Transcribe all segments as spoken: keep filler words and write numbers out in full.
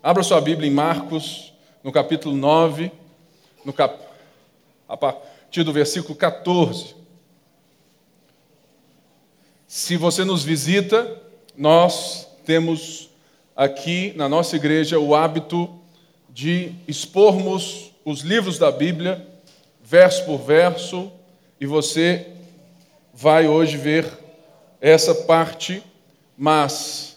Abra sua Bíblia em Marcos, no capítulo nove, no cap... a partir do versículo catorze. Se você nos visita, nós temos aqui na nossa igreja o hábito de expormos os livros da Bíblia, verso por verso, e você vai hoje ver essa parte, mas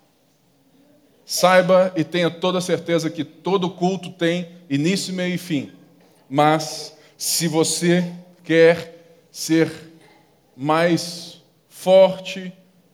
saiba e tenha toda certeza que todo culto tem início, meio e fim. Mas se você quer ser mais forte,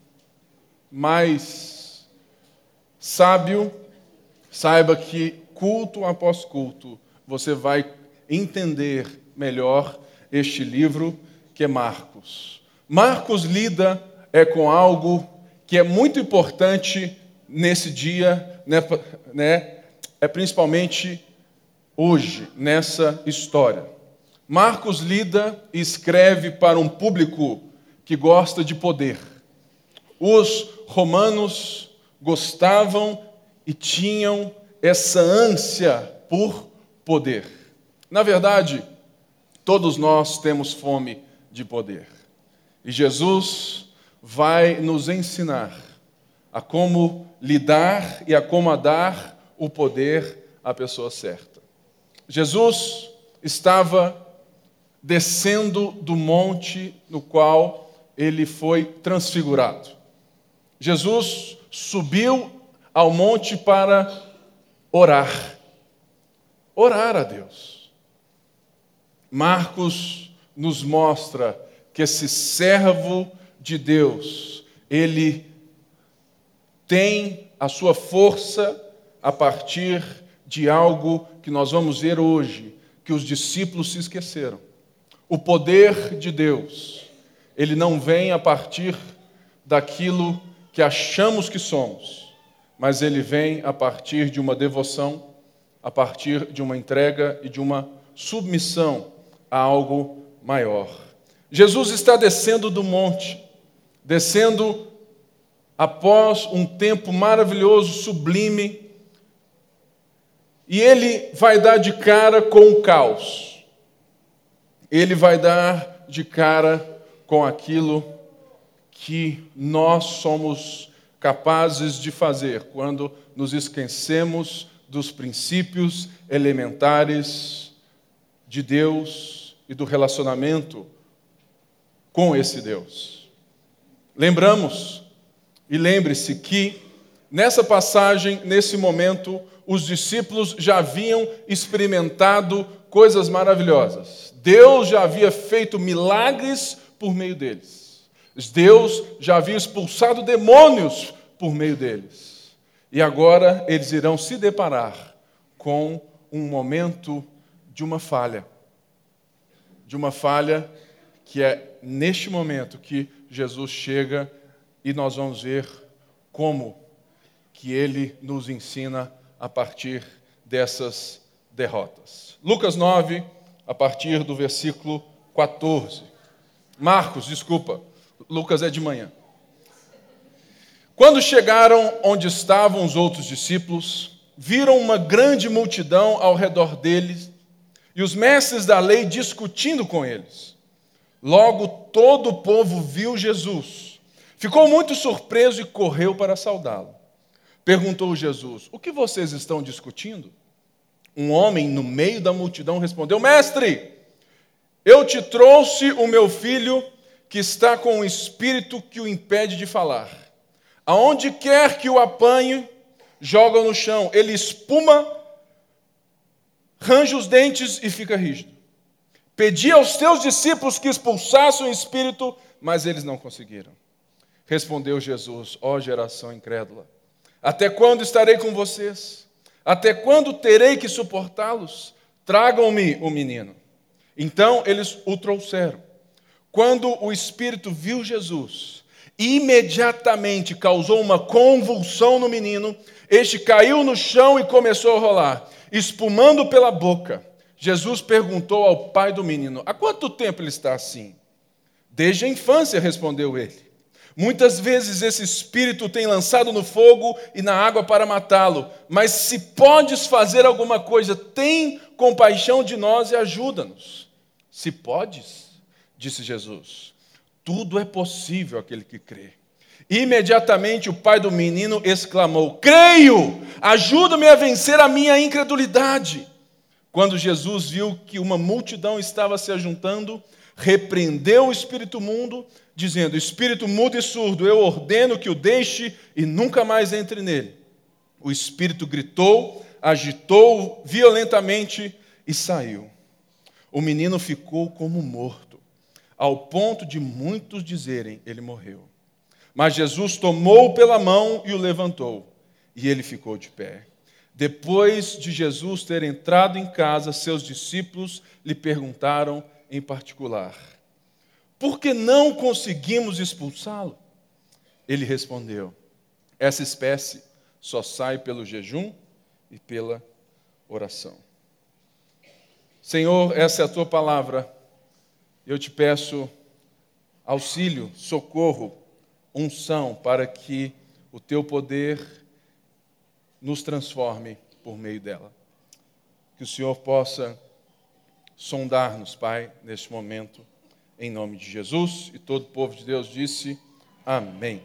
mais sábio, saiba que culto após culto você vai entender melhor este livro que é Marcos. Marcos lida é com algo que é muito importante nesse dia, né, né, é principalmente hoje, nessa história. Marcos lida e escreve para um público que gosta de poder. Os romanos gostavam e tinham essa ânsia por poder. Na verdade, todos nós temos fome de poder. E Jesus vai nos ensinar a como lidar e acomodar o poder à pessoa certa. Jesus estava descendo do monte no qual ele foi transfigurado. Jesus subiu ao monte para orar. Orar a Deus. Marcos nos mostra que esse servo de Deus, ele tem a sua força a partir de algo que nós vamos ver hoje, que os discípulos se esqueceram. O poder de Deus, ele não vem a partir daquilo que achamos que somos, mas ele vem a partir de uma devoção, a partir de uma entrega e de uma submissão a algo maior. Jesus está descendo do monte, descendo após um tempo maravilhoso, sublime, e ele vai dar de cara com o caos. Ele vai dar de cara com aquilo que nós somos capazes de fazer quando nos esquecemos dos princípios elementares de Deus e do relacionamento com esse Deus. Lembramos, e lembre-se que nessa passagem, nesse momento, os discípulos já haviam experimentado coisas maravilhosas. Deus já havia feito milagres por meio deles. Deus já havia expulsado demônios por meio deles. E agora eles irão se deparar com um momento de uma falha. De uma falha que é neste momento que Jesus chega e nós vamos ver como que ele nos ensina a partir dessas derrotas. Lucas nove, a partir do versículo quatorze. Marcos, desculpa, Lucas é de manhã. Quando chegaram onde estavam os outros discípulos, viram uma grande multidão ao redor deles e os mestres da lei discutindo com eles. Logo todo o povo viu Jesus. Ficou muito surpreso e correu para saudá-lo. Perguntou Jesus: o que vocês estão discutindo? Um homem no meio da multidão respondeu: mestre, eu te trouxe o meu filho que está com um espírito que o impede de falar. Aonde quer que o apanhe, joga no chão. Ele espuma, range os dentes e fica rígido. Pedi aos teus discípulos que expulsassem o espírito, mas eles não conseguiram. Respondeu Jesus: ó geração incrédula, até quando estarei com vocês? Até quando terei que suportá-los? Tragam-me o menino. Então eles o trouxeram. Quando o espírito viu Jesus, imediatamente causou uma convulsão no menino. Este caiu no chão e começou a rolar, espumando pela boca. Jesus perguntou ao pai do menino: há quanto tempo ele está assim? Desde a infância, respondeu ele. Muitas vezes esse espírito tem lançado no fogo e na água para matá-lo. Mas se podes fazer alguma coisa, tem compaixão de nós e ajuda-nos. Se podes, disse Jesus, tudo é possível àquele que crê. Imediatamente o pai do menino exclamou, creio, ajuda-me a vencer a minha incredulidade. Quando Jesus viu que uma multidão estava se ajuntando, repreendeu o espírito mudo, dizendo, espírito mudo e surdo, eu ordeno que o deixe e nunca mais entre nele. O espírito gritou, agitou violentamente e saiu. O menino ficou como morto, ao ponto de muitos dizerem, ele morreu. Mas Jesus tomou-o pela mão e o levantou, e ele ficou de pé. Depois de Jesus ter entrado em casa, seus discípulos lhe perguntaram em particular, por que não conseguimos expulsá-lo? Ele respondeu, essa espécie só sai pelo jejum e pela oração. Senhor, essa é a tua palavra. Eu te peço auxílio, socorro, unção, para que o teu poder nos transforme por meio dela. Que o Senhor possa sondar-nos, Pai, neste momento, em nome de Jesus. E todo o povo de Deus disse, amém.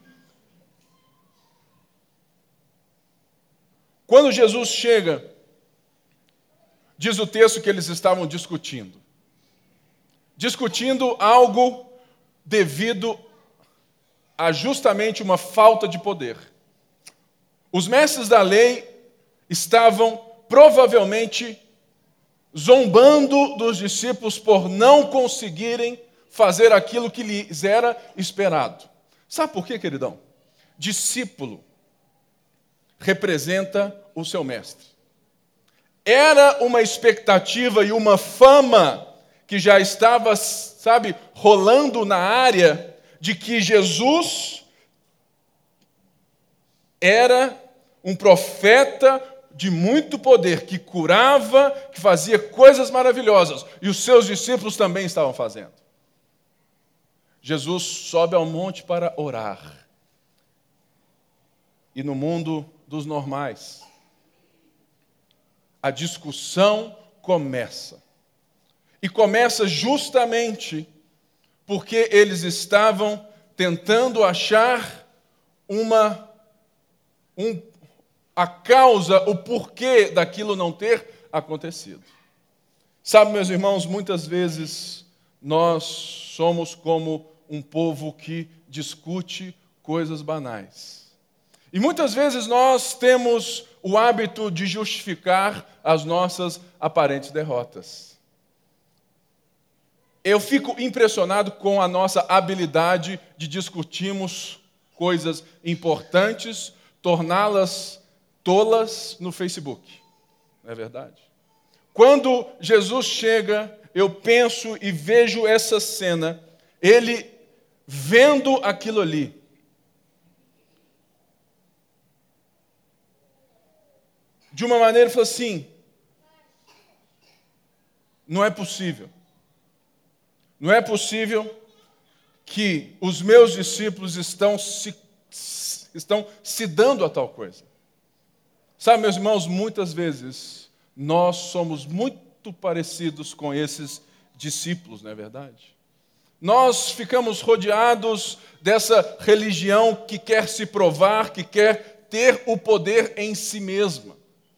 Quando Jesus chega, diz o texto que eles estavam discutindo. Discutindo algo devido a justamente uma falta de poder. Os mestres da lei estavam provavelmente zombando dos discípulos por não conseguirem fazer aquilo que lhes era esperado. Sabe por quê, queridão? Discípulo representa o seu mestre. Era uma expectativa e uma fama que já estava, sabe, rolando na área de que Jesus era um profeta de muito poder, que curava, que fazia coisas maravilhosas, e os seus discípulos também estavam fazendo. Jesus sobe ao monte para orar. E no mundo dos normais, a discussão começa. E começa justamente porque eles estavam tentando achar uma, um, a causa, o porquê daquilo não ter acontecido. Sabe, meus irmãos, muitas vezes nós somos como um povo que discute coisas banais. E muitas vezes nós temos o hábito de justificar as nossas aparentes derrotas. Eu fico impressionado com a nossa habilidade de discutirmos coisas importantes, torná-las tolas no Facebook. Não é verdade? Quando Jesus chega, eu penso e vejo essa cena, ele vendo aquilo ali. De uma maneira, ele falou assim, não é possível. Não é possível que os meus discípulos estão se, estão se dando a tal coisa. Sabe, meus irmãos, muitas vezes nós somos muito parecidos com esses discípulos, não é verdade? Nós ficamos rodeados dessa religião que quer se provar, que quer ter o poder em si mesma.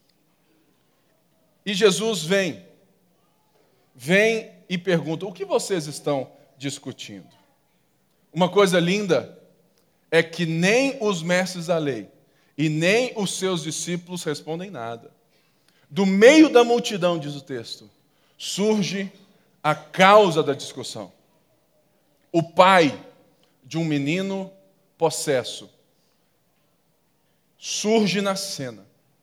E Jesus vem, vem e pergunta, o que vocês estão discutindo? Uma coisa linda é que nem os mestres da lei e nem os seus discípulos respondem nada. Do meio da multidão, diz o texto, surge a causa da discussão. O pai de um menino possesso surge na cena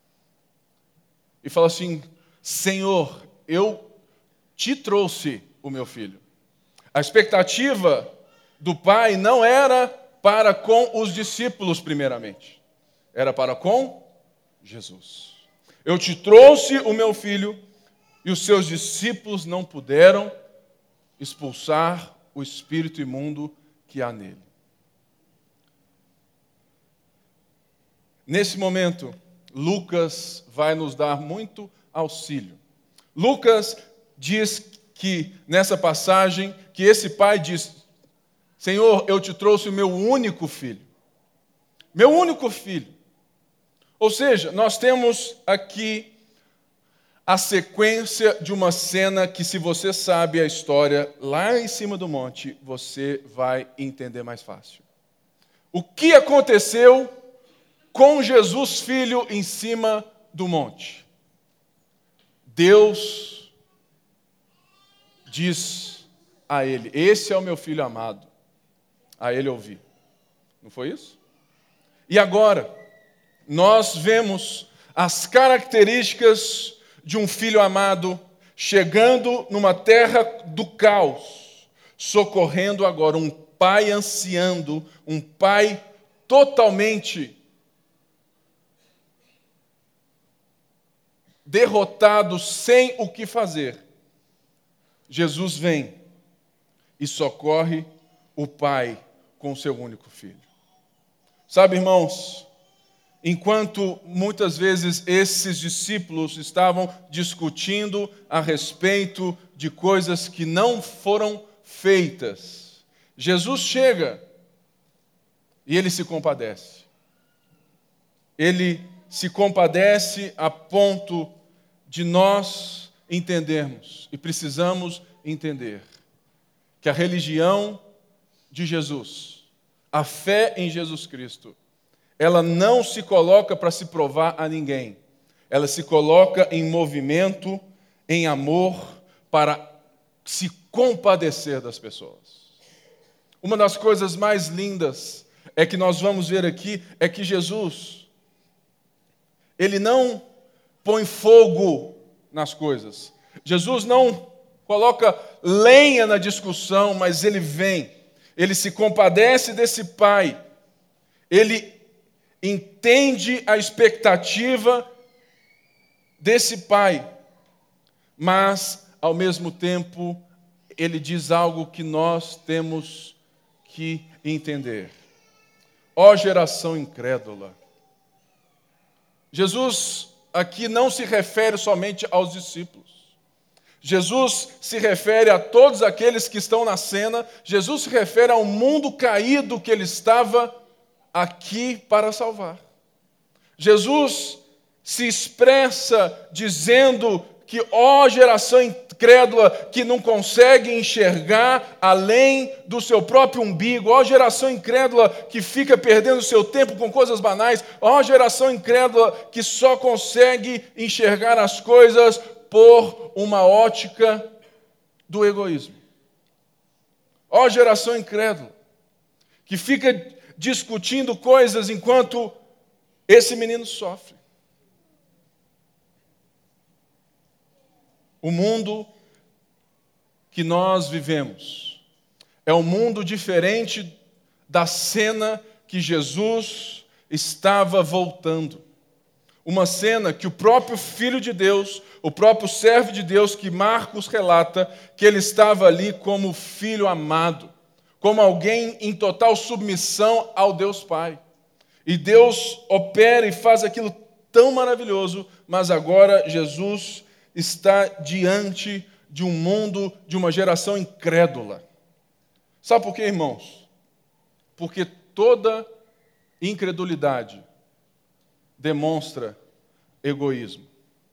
e fala assim, Senhor, eu te trouxe o meu filho. A expectativa do pai não era para com os discípulos primeiramente, era para com Jesus. Eu te trouxe o meu filho e os seus discípulos não puderam expulsar o espírito imundo que há nele. Nesse momento, Lucas vai nos dar muito auxílio. Lucas diz que, nessa passagem, que esse pai diz: Senhor, eu te trouxe o meu único filho. Meu único filho. Ou seja, nós temos aqui a sequência de uma cena que, se você sabe a história lá em cima do monte, você vai entender mais fácil. O que aconteceu com Jesus Filho em cima do monte? Deus diz a ele: esse é o meu filho amado, a ele ouvi. Não foi isso? E agora, nós vemos as características de um filho amado chegando numa terra do caos, socorrendo agora um pai ansiando, um pai totalmente derrotado, sem o que fazer. Jesus vem e socorre o pai com o seu único filho. Sabe, irmãos, enquanto muitas vezes esses discípulos estavam discutindo a respeito de coisas que não foram feitas, Jesus chega e ele se compadece. Ele se compadece a ponto de nós entendermos, e precisamos entender, que a religião de Jesus, a fé em Jesus Cristo, ela não se coloca para se provar a ninguém. Ela se coloca em movimento, em amor, para se compadecer das pessoas. Uma das coisas mais lindas é que nós vamos ver aqui é que Jesus, ele não põe fogo nas coisas. Jesus não coloca lenha na discussão, mas ele vem, ele se compadece desse pai, ele entende a expectativa desse pai, mas, ao mesmo tempo, ele diz algo que nós temos que entender. Ó geração incrédula! Jesus aqui não se refere somente aos discípulos. Jesus se refere a todos aqueles que estão na cena. Jesus se refere ao mundo caído que ele estava aqui para salvar. Jesus se expressa dizendo que, ó geração incrédula, que não consegue enxergar além do seu próprio umbigo, ó geração incrédula que fica perdendo seu tempo com coisas banais, ó geração incrédula que só consegue enxergar as coisas por uma ótica do egoísmo. Ó geração incrédula que fica discutindo coisas enquanto esse menino sofre. O mundo que nós vivemos é um mundo diferente da cena que Jesus estava voltando. Uma cena que o próprio Filho de Deus, o próprio servo de Deus, que Marcos relata, que ele estava ali como filho amado, como alguém em total submissão ao Deus Pai. E Deus opera e faz aquilo tão maravilhoso, mas agora Jesus está diante de um mundo, de uma geração incrédula. Sabe por quê, irmãos? Porque toda incredulidade demonstra egoísmo.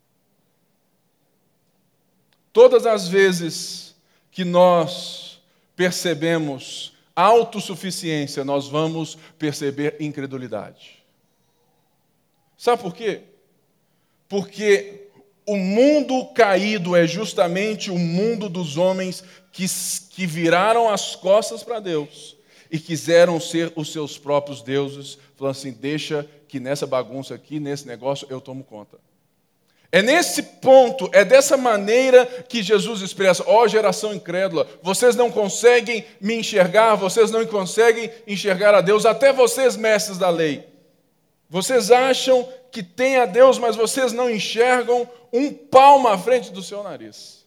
Todas as vezes que nós percebemos autossuficiência, nós vamos perceber incredulidade. Sabe por quê? Porque o mundo caído é justamente o mundo dos homens que, que viraram as costas para Deus e quiseram ser os seus próprios deuses, falando assim: deixa que nessa bagunça aqui, nesse negócio, eu tomo conta. É nesse ponto, é dessa maneira que Jesus expressa: ó geração incrédula, vocês não conseguem me enxergar, vocês não conseguem enxergar a Deus, até vocês, mestres da lei. Vocês acham que tem a Deus, mas vocês não enxergam um palmo à frente do seu nariz.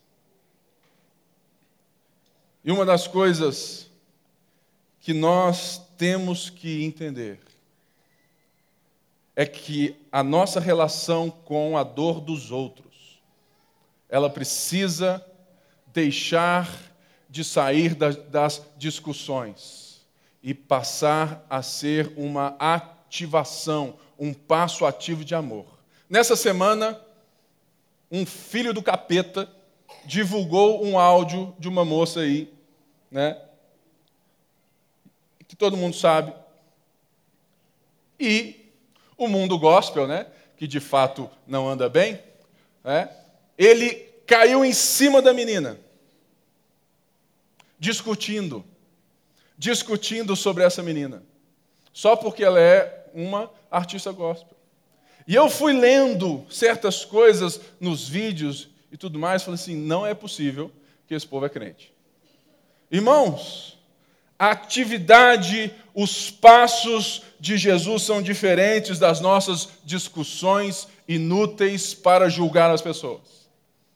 E uma das coisas que nós temos que entender é que a nossa relação com a dor dos outros, ela precisa deixar de sair das, das discussões e passar a ser uma ativação, um passo ativo de amor. Nessa semana, um filho do capeta divulgou um áudio de uma moça aí, né, que todo mundo sabe. E o mundo gospel, né, que de fato não anda bem, né, ele caiu em cima da menina, discutindo, discutindo sobre essa menina, só porque ela é uma artista gospel. E eu fui lendo certas coisas nos vídeos e tudo mais, falei assim, não é possível que esse povo é crente. Irmãos, a atividade, os passos de Jesus são diferentes das nossas discussões inúteis para julgar as pessoas.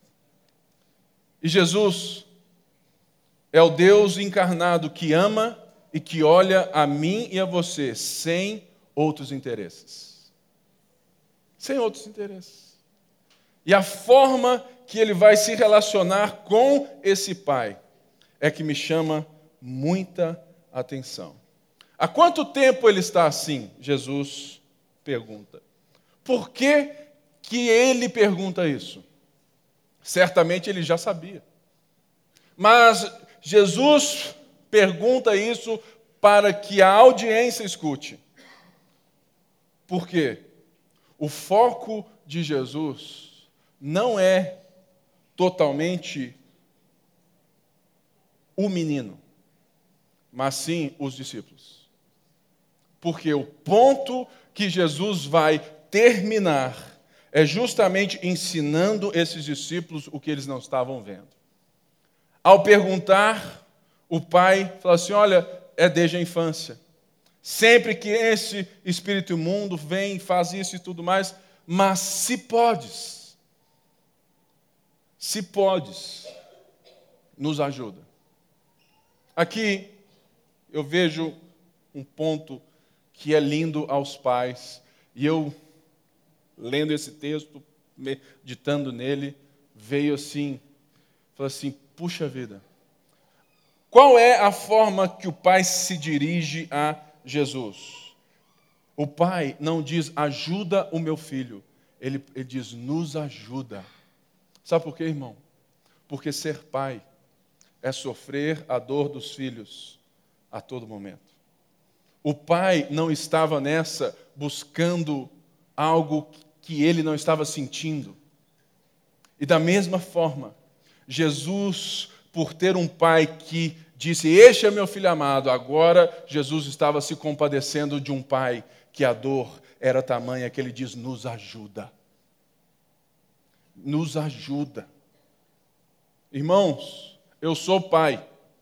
E Jesus é o Deus encarnado que ama e que olha a mim e a você sem outros interesses. Sem outros interesses. E a forma que ele vai se relacionar com esse Pai é que me chama muita atenção. Há quanto tempo ele está assim? Jesus pergunta. Por que que ele pergunta isso? Certamente ele já sabia. Mas Jesus pergunta isso para que a audiência escute. Por quê? O foco de Jesus não é totalmente o menino, mas sim os discípulos. Porque o ponto que Jesus vai terminar é justamente ensinando esses discípulos o que eles não estavam vendo. Ao perguntar, o pai fala assim, olha, é desde a infância. Sempre que esse espírito imundo vem, faz isso e tudo mais, mas se podes, se podes, nos ajuda. Aqui eu vejo um ponto que é lindo aos pais, e eu, lendo esse texto, meditando nele, veio assim, falei assim, puxa vida, qual é a forma que o pai se dirige a Jesus? O pai não diz, ajuda o meu filho, ele, ele diz, nos ajuda. Sabe por quê, irmão? Porque ser pai é sofrer a dor dos filhos a todo momento. O pai não estava nessa buscando algo que ele não estava sentindo. E da mesma forma, Jesus, por ter um pai que disse, este é meu filho amado, agora Jesus estava se compadecendo de um pai que a dor era tamanha que ele diz, nos ajuda. Nos ajuda. Irmãos, eu sou pai.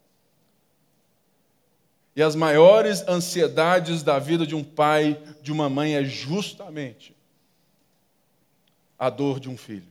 E as maiores ansiedades da vida de um pai, de uma mãe, é justamente a dor de um filho.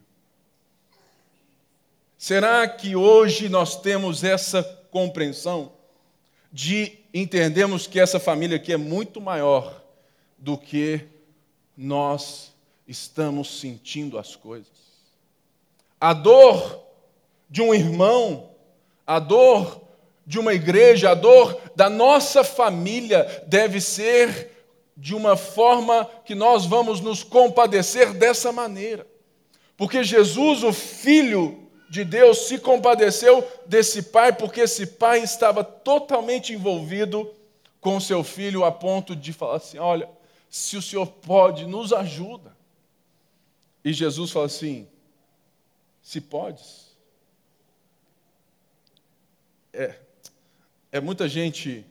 Será que hoje nós temos essa compreensão de entendermos que essa família aqui é muito maior do que nós estamos sentindo as coisas? A dor de um irmão, a dor de uma igreja, a dor da nossa família deve ser de uma forma que nós vamos nos compadecer dessa maneira. Porque Jesus, o Filho de Deus, se compadeceu desse pai, porque esse pai estava totalmente envolvido com seu filho a ponto de falar assim, olha, se o Senhor pode, nos ajuda. E Jesus fala assim, se podes. É, é muita gente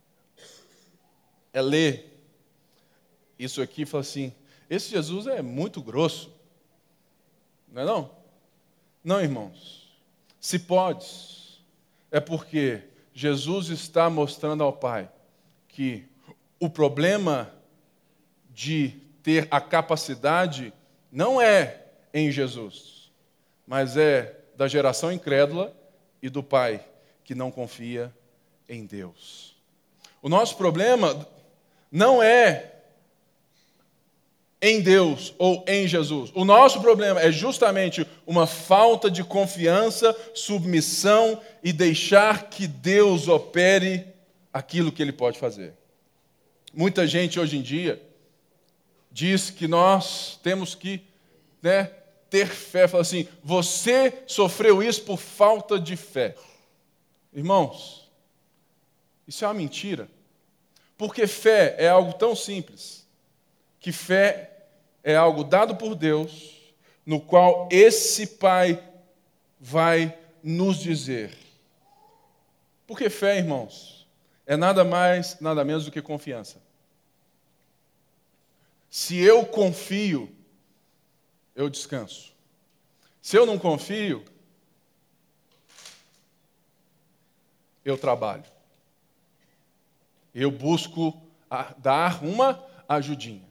é ler isso aqui e fala assim, esse Jesus é muito grosso. Não é não? Não, irmãos. Se podes, é porque Jesus está mostrando ao Pai que o problema de ter a capacidade não é em Jesus, mas é da geração incrédula e do pai que não confia em Deus. O nosso problema não é em Deus ou em Jesus. O nosso problema é justamente uma falta de confiança, submissão e deixar que Deus opere aquilo que Ele pode fazer. Muita gente hoje em dia diz que nós temos que, né, ter fé. Fala assim, você sofreu isso por falta de fé. Irmãos, isso é uma mentira. Porque fé é algo tão simples, que fé é algo dado por Deus, no qual esse Pai vai nos dizer. Porque fé, irmãos, é nada mais, nada menos do que confiança. Se eu confio, eu descanso. Se eu não confio, eu trabalho. Eu busco dar uma ajudinha.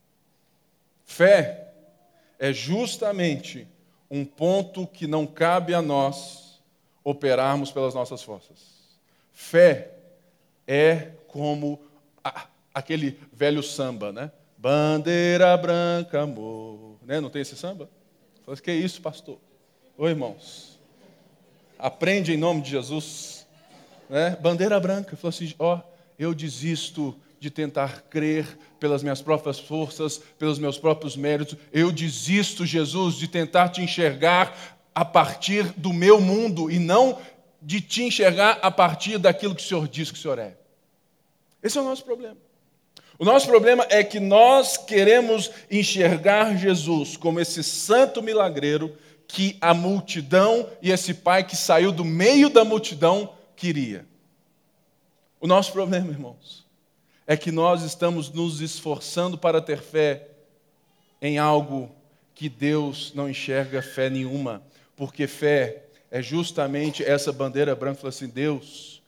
Fé é justamente um ponto que não cabe a nós operarmos pelas nossas forças. Fé é como a, aquele velho samba, né? Bandeira branca, amor. Né? Não tem esse samba? Fala assim, que isso, pastor? Oi, irmãos. Aprende em nome de Jesus. Né? Bandeira branca. Falou assim, ó, oh, eu desisto de tentar crer pelas minhas próprias forças, pelos meus próprios méritos. Eu desisto, Jesus, de tentar te enxergar a partir do meu mundo e não de te enxergar a partir daquilo que o Senhor diz que o Senhor é. Esse é o nosso problema. O nosso problema é que nós queremos enxergar Jesus como esse santo milagreiro que a multidão e esse pai que saiu do meio da multidão queria. O nosso problema, irmãos, é que nós estamos nos esforçando para ter fé em algo que Deus não enxerga fé nenhuma, porque fé é justamente essa bandeira branca, fala assim, Deus,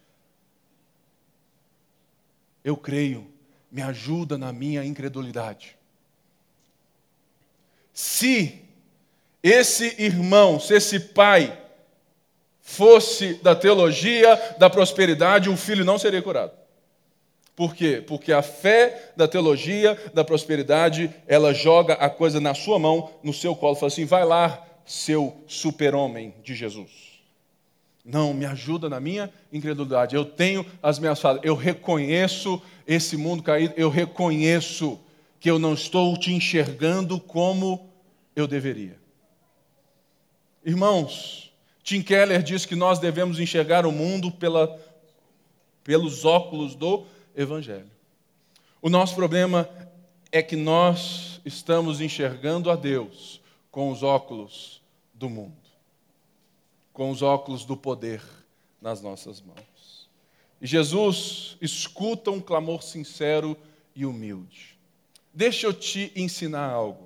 eu creio, me ajuda na minha incredulidade. Se esse irmão, se esse pai fosse da teologia da prosperidade, o filho não seria curado. Por quê? Porque a fé da teologia da prosperidade, ela joga a coisa na sua mão, no seu colo, fala assim, vai lá, seu super-homem de Jesus. Não, me ajuda na minha incredulidade. Eu tenho as minhas falhas, eu reconheço esse mundo caído, eu reconheço que eu não estou te enxergando como eu deveria. Irmãos, Tim Keller diz que nós devemos enxergar o mundo pela, pelos óculos do Evangelho. O nosso problema é que nós estamos enxergando a Deus com os óculos do mundo, com os óculos do poder nas nossas mãos. E Jesus escuta um clamor sincero e humilde. Deixa eu te ensinar algo.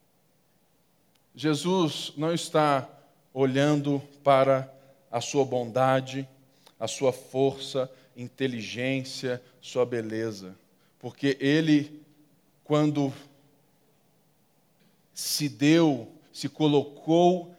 Jesus não está olhando para a sua bondade, a sua força, inteligência, sua beleza. Porque Ele, quando se deu, se colocou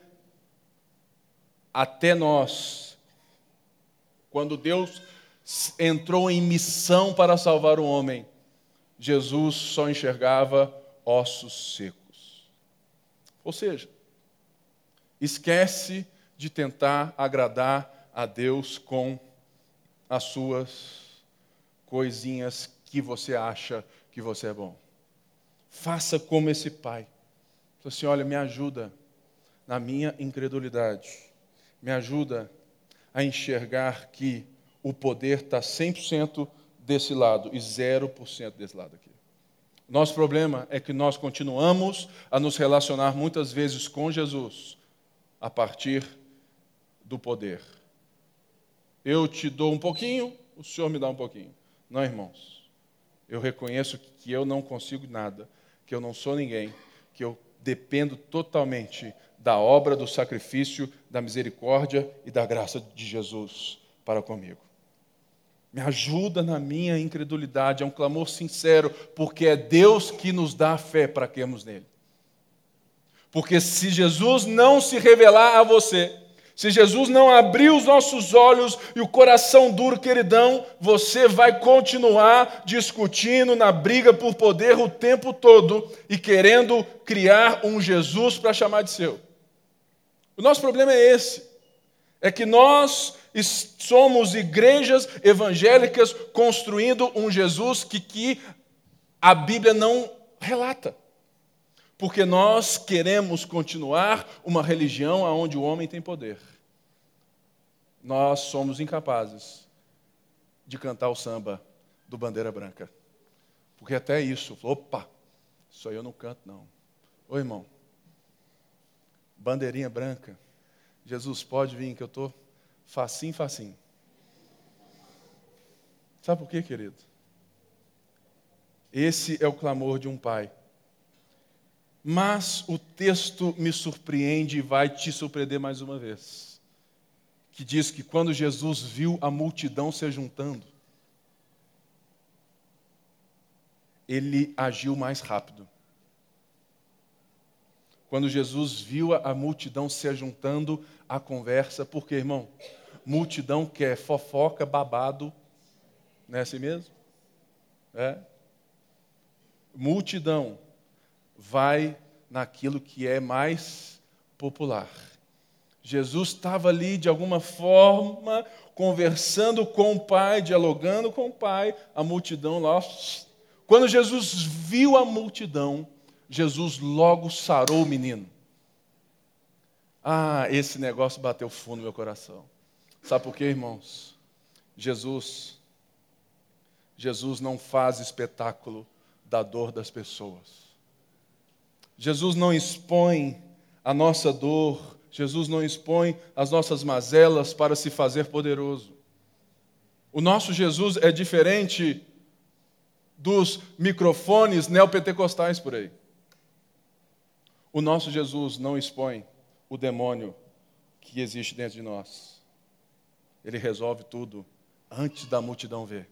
até nós, quando Deus entrou em missão para salvar o homem, Jesus só enxergava ossos secos. Ou seja, esquece de tentar agradar a Deus com as suas coisinhas que você acha que você é bom. Faça como esse pai. Fala assim, olha, me ajuda na minha incredulidade. Me ajuda a enxergar que o poder está cem por cento desse lado e zero por cento desse lado aqui. Nosso problema é que nós continuamos a nos relacionar muitas vezes com Jesus a partir do poder. Eu te dou um pouquinho, o Senhor me dá um pouquinho. Não, irmãos. Eu reconheço que eu não consigo nada, que eu não sou ninguém, que eu dependo totalmente da obra, do sacrifício, da misericórdia e da graça de Jesus para comigo. Me ajuda na minha incredulidade, é um clamor sincero, porque é Deus que nos dá a fé para crermos nele. Porque se Jesus não se revelar a você, Se Jesus não abrir os nossos olhos e o coração duro, queridão, você vai continuar discutindo na briga por poder o tempo todo e querendo criar um Jesus para chamar de seu. O nosso problema é esse, é que nós somos igrejas evangélicas construindo um Jesus que, que a Bíblia não relata. Porque nós queremos continuar uma religião onde o homem tem poder. Nós somos incapazes de cantar o samba do Bandeira Branca. Porque até isso, opa, isso aí eu não canto não. Ô irmão, bandeirinha branca, Jesus pode vir que eu estou facinho, facinho. Sabe por quê, querido? Esse é o clamor de um pai. Mas o texto me surpreende e vai te surpreender mais uma vez. Que diz que quando Jesus viu a multidão se juntando, ele agiu mais rápido. Quando Jesus viu a multidão se juntando, a conversa, porque, irmão, multidão quer fofoca, babado, não é assim mesmo? É. Multidão vai naquilo que é mais popular. Jesus estava ali, de alguma forma, conversando com o Pai, dialogando com o Pai, a multidão lá. Quando Jesus viu a multidão, Jesus logo sarou o menino. Ah, esse negócio bateu fundo no meu coração. Sabe por quê, irmãos? Jesus, Jesus não faz espetáculo da dor das pessoas. Jesus não expõe a nossa dor, Jesus não expõe as nossas mazelas para se fazer poderoso. O nosso Jesus é diferente dos microfones neopentecostais por aí. O nosso Jesus não expõe o demônio que existe dentro de nós. Ele resolve tudo antes da multidão ver.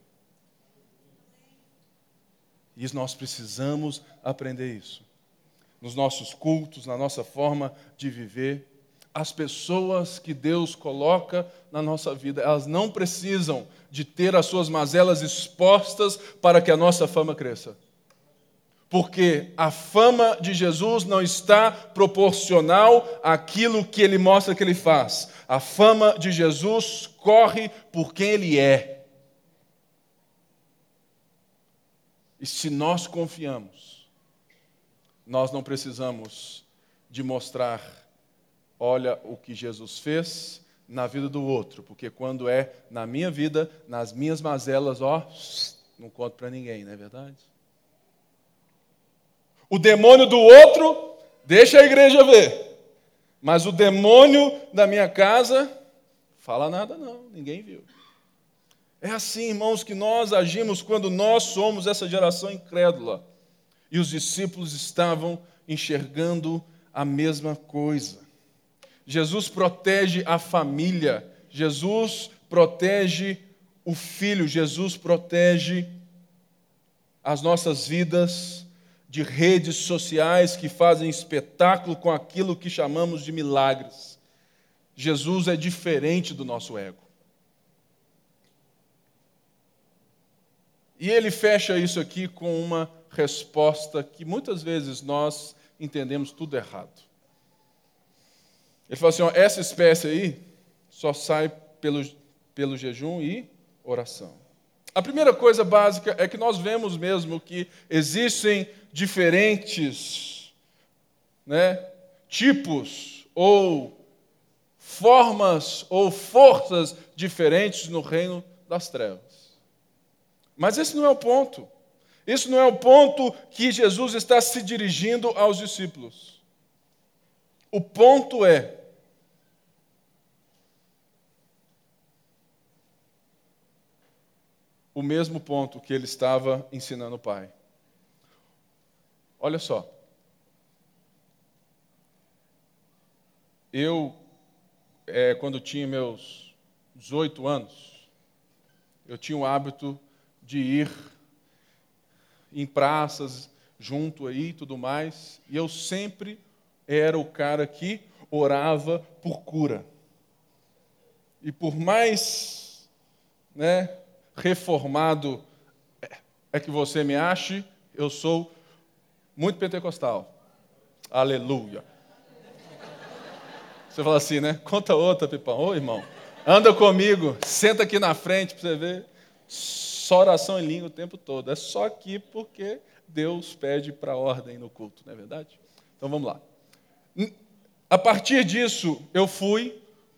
E nós precisamos aprender isso. Nos nossos cultos, na nossa forma de viver. As pessoas que Deus coloca na nossa vida, elas não precisam de ter as suas mazelas expostas para que a nossa fama cresça. Porque a fama de Jesus não está proporcional àquilo que ele mostra que ele faz. A fama de Jesus corre por quem ele é. E se nós confiamos, nós não precisamos de mostrar, olha o que Jesus fez na vida do outro, porque quando é na minha vida, nas minhas mazelas, ó, não conto para ninguém, não é verdade? O demônio do outro, deixa a igreja ver, mas o demônio da minha casa, fala nada não, ninguém viu. É assim, irmãos, que nós agimos quando nós somos essa geração incrédula. E os discípulos estavam enxergando a mesma coisa. Jesus protege a família, Jesus protege o filho, Jesus protege as nossas vidas de redes sociais que fazem espetáculo com aquilo que chamamos de milagres. Jesus é diferente do nosso ego. E ele fecha isso aqui com uma resposta que muitas vezes nós entendemos tudo errado. Ele fala assim, ó, essa espécie aí só sai pelo, pelo jejum e oração. A primeira coisa básica é que nós vemos mesmo que existem diferentes, né, tipos ou formas ou forças diferentes no reino das trevas. Mas esse não é o ponto. Esse não é o ponto que Jesus está se dirigindo aos discípulos. O ponto é o mesmo ponto que ele estava ensinando o Pai. Olha só. Eu, é, quando tinha meus dezoito anos, eu tinha o hábito de ir em praças, junto aí e tudo mais, e eu sempre era o cara que orava por cura. E por mais, né, reformado é que você me ache, eu sou muito pentecostal. Aleluia. Você fala assim, né? Conta outra, Pipão. Ô, irmão, anda comigo, senta aqui na frente para você ver. Só oração em língua o tempo todo. É só aqui porque Deus pede para ordem no culto, não é verdade? Então vamos lá. A partir disso, eu fui,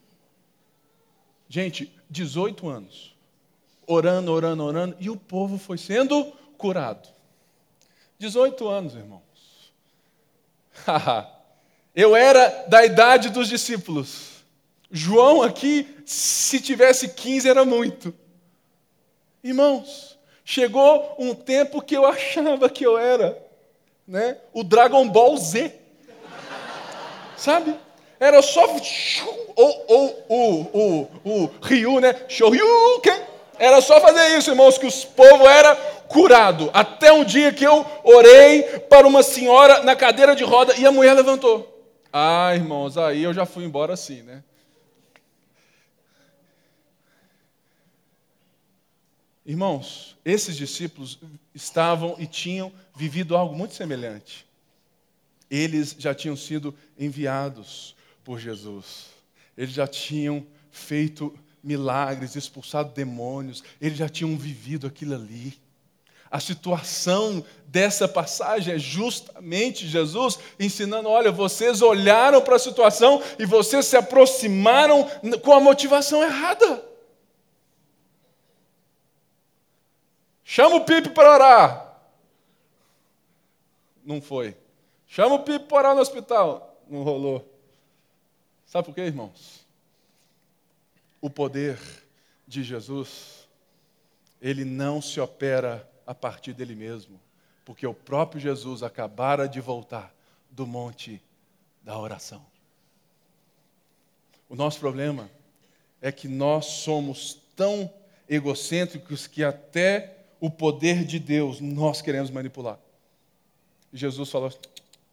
gente, dezoito anos, orando, orando, orando, e o povo foi sendo curado. dezoito anos, irmãos. Eu era da idade dos discípulos. João aqui, se tivesse quinze, era muito. Irmãos, chegou um tempo que eu achava que eu era, né, o Dragon Ball Z. Sabe? Era só... Ou, ou o, o, o Ryu, né? Shoryuken. Era só fazer isso, irmãos, que os povo era curado. Até um dia que eu orei para uma senhora na cadeira de roda e a mulher levantou. Ah, irmãos, aí eu já fui embora assim, né? Irmãos, esses discípulos estavam e tinham vivido algo muito semelhante. Eles já tinham sido enviados por Jesus. Eles já tinham feito milagres, expulsado demônios. Eles já tinham vivido aquilo ali. A situação dessa passagem é justamente Jesus ensinando, olha, vocês olharam para a situação e vocês se aproximaram com a motivação errada. Chama o Pipe para orar. Não foi. Chama o Pipe para orar no hospital. Não rolou. Sabe por quê, irmãos? O poder de Jesus, ele não se opera a partir dele mesmo, porque o próprio Jesus acabara de voltar do monte da oração. O nosso problema é que nós somos tão egocêntricos que até o poder de Deus nós queremos manipular. E Jesus falou assim,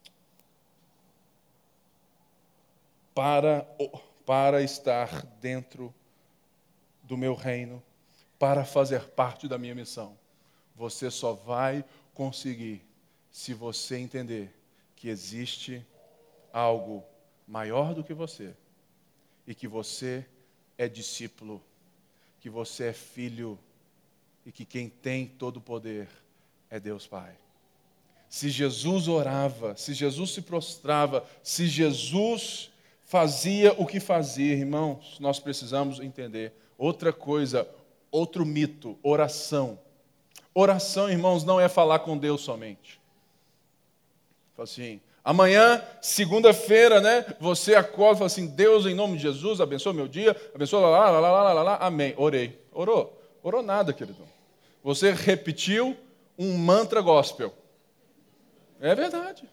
para, para estar dentro do meu reino, para fazer parte da minha missão, você só vai conseguir se você entender que existe algo maior do que você e que você é discípulo, que você é filho e que quem tem todo o poder é Deus Pai. Se Jesus orava, se Jesus se prostrava, se Jesus fazia o que fazia, irmãos, nós precisamos entender outra coisa, outro mito, oração. Oração, irmãos, não é falar com Deus somente. Fala assim, amanhã, segunda-feira, né, você acorda e fala assim, Deus, em nome de Jesus, abençoa meu dia, abençoa, lá, lá, lá, lá, lá, lá, amém. Orei. Orou? Orou nada, querido. Você repetiu um mantra gospel. É verdade.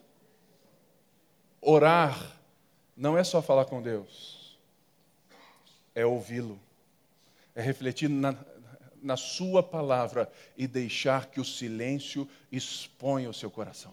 Orar não é só falar com Deus, é ouvi-lo, é refletir na, na sua palavra e deixar que o silêncio exponha o seu coração.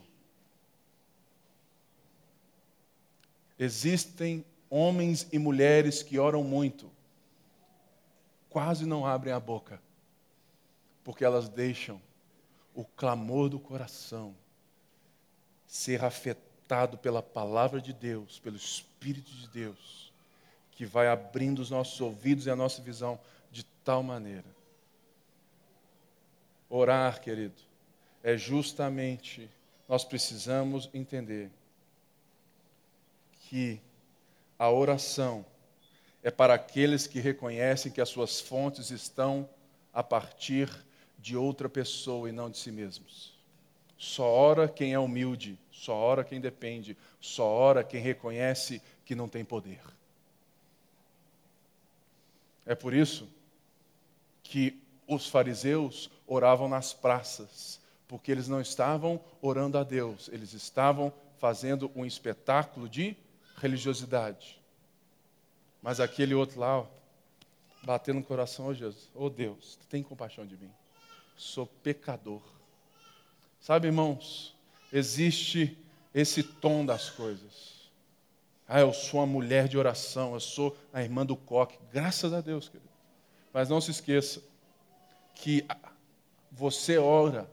Existem homens e mulheres que oram muito, quase não abrem a boca, porque elas deixam o clamor do coração ser afetado pela palavra de Deus, pelo Espírito de Deus, que vai abrindo os nossos ouvidos e a nossa visão de tal maneira. Orar, querido, é justamente, nós precisamos entender que a oração é para aqueles que reconhecem que as suas fontes estão a partir de outra pessoa e não de si mesmos. Só ora quem é humilde, só ora quem depende, só ora quem reconhece que não tem poder. É por isso que os fariseus oravam nas praças, porque eles não estavam orando a Deus, eles estavam fazendo um espetáculo de religiosidade. Mas aquele outro lá, ó, batendo no coração, ó Jesus, ó Deus, tem compaixão de mim, sou pecador. Sabe, irmãos, existe esse tom das coisas. Ah, eu sou uma mulher de oração, eu sou a irmã do coque. Graças a Deus, querido. Mas não se esqueça que você ora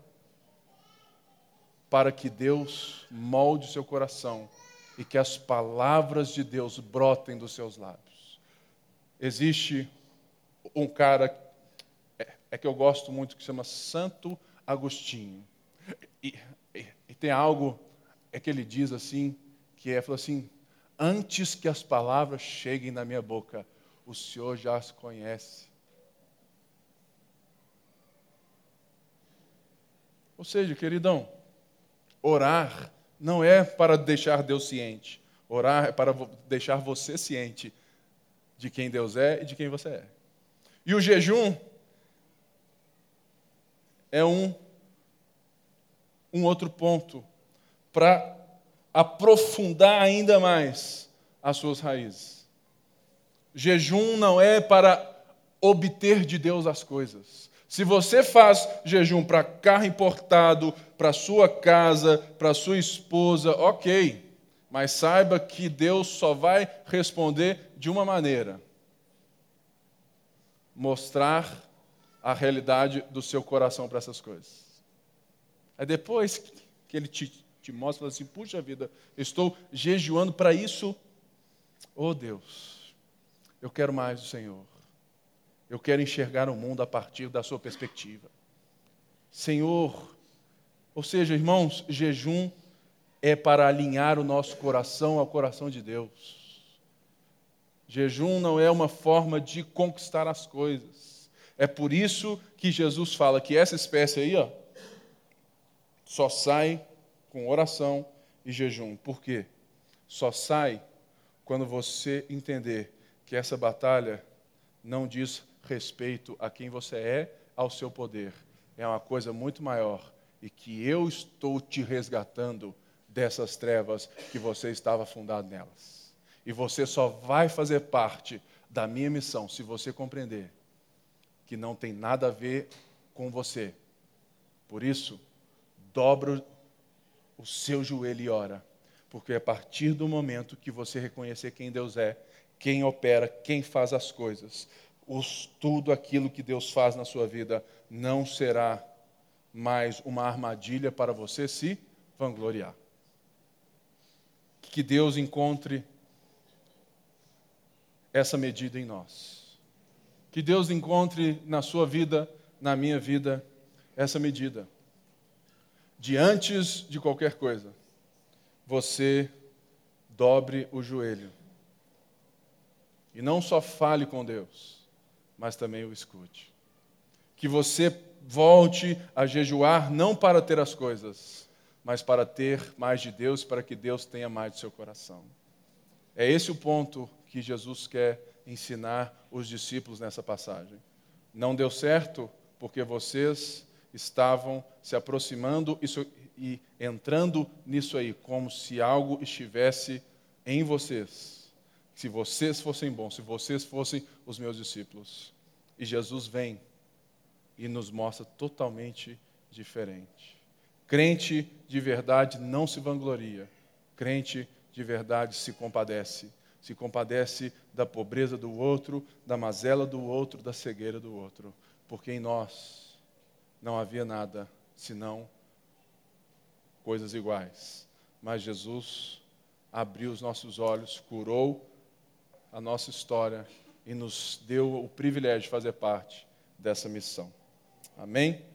para que Deus molde o seu coração e que as palavras de Deus brotem dos seus lábios. Existe um cara, é, é que eu gosto muito, que se chama Santo Agostinho. E, e, e tem algo é que ele diz assim, que é, falou assim, antes que as palavras cheguem na minha boca, o Senhor já as conhece. Ou seja, queridão, orar não é para deixar Deus ciente. Orar é para deixar você ciente de quem Deus é e de quem você é. E o jejum é um, um outro ponto para aprofundar ainda mais as suas raízes. Jejum não é para obter de Deus as coisas. Se você faz jejum para carro importado, para sua casa, para sua esposa, ok. Mas saiba que Deus só vai responder de uma maneira: mostrar a realidade do seu coração para essas coisas. Aí depois que Ele te, te mostra, fala assim, puxa vida, eu estou jejuando para isso. Oh Deus, eu quero mais do Senhor. Eu quero enxergar o mundo a partir da sua perspectiva. Senhor, ou seja, irmãos, jejum é para alinhar o nosso coração ao coração de Deus. Jejum não é uma forma de conquistar as coisas. É por isso que Jesus fala que essa espécie aí, ó, só sai com oração e jejum. Por quê? Só sai quando você entender que essa batalha não diz respeito a quem você é, ao seu poder. É uma coisa muito maior e que eu estou te resgatando dessas trevas que você estava afundado nelas. E você só vai fazer parte da minha missão se você compreender que não tem nada a ver com você. Por isso, dobra o seu joelho e ora, porque a partir do momento que você reconhecer quem Deus é, quem opera, quem faz as coisas, os, tudo aquilo que Deus faz na sua vida não será mais uma armadilha para você se vangloriar. Que Deus encontre essa medida em nós. Que Deus encontre na sua vida, na minha vida, essa medida. De antes de qualquer coisa, você dobre o joelho. E não só fale com Deus, mas também o escute. Que você volte a jejuar não para ter as coisas, mas para ter mais de Deus, para que Deus tenha mais do seu coração. É esse o ponto que Jesus quer ensinar os discípulos nessa passagem. Não deu certo porque vocês estavam se aproximando e entrando nisso aí, como se algo estivesse em vocês. Se vocês fossem bons, se vocês fossem os meus discípulos. E Jesus vem e nos mostra totalmente diferente. Crente de verdade não se vangloria. Crente de verdade se compadece. Se compadece da pobreza do outro, da mazela do outro, da cegueira do outro. Porque em nós não havia nada senão coisas iguais. Mas Jesus abriu os nossos olhos, curou a nossa história e nos deu o privilégio de fazer parte dessa missão. Amém?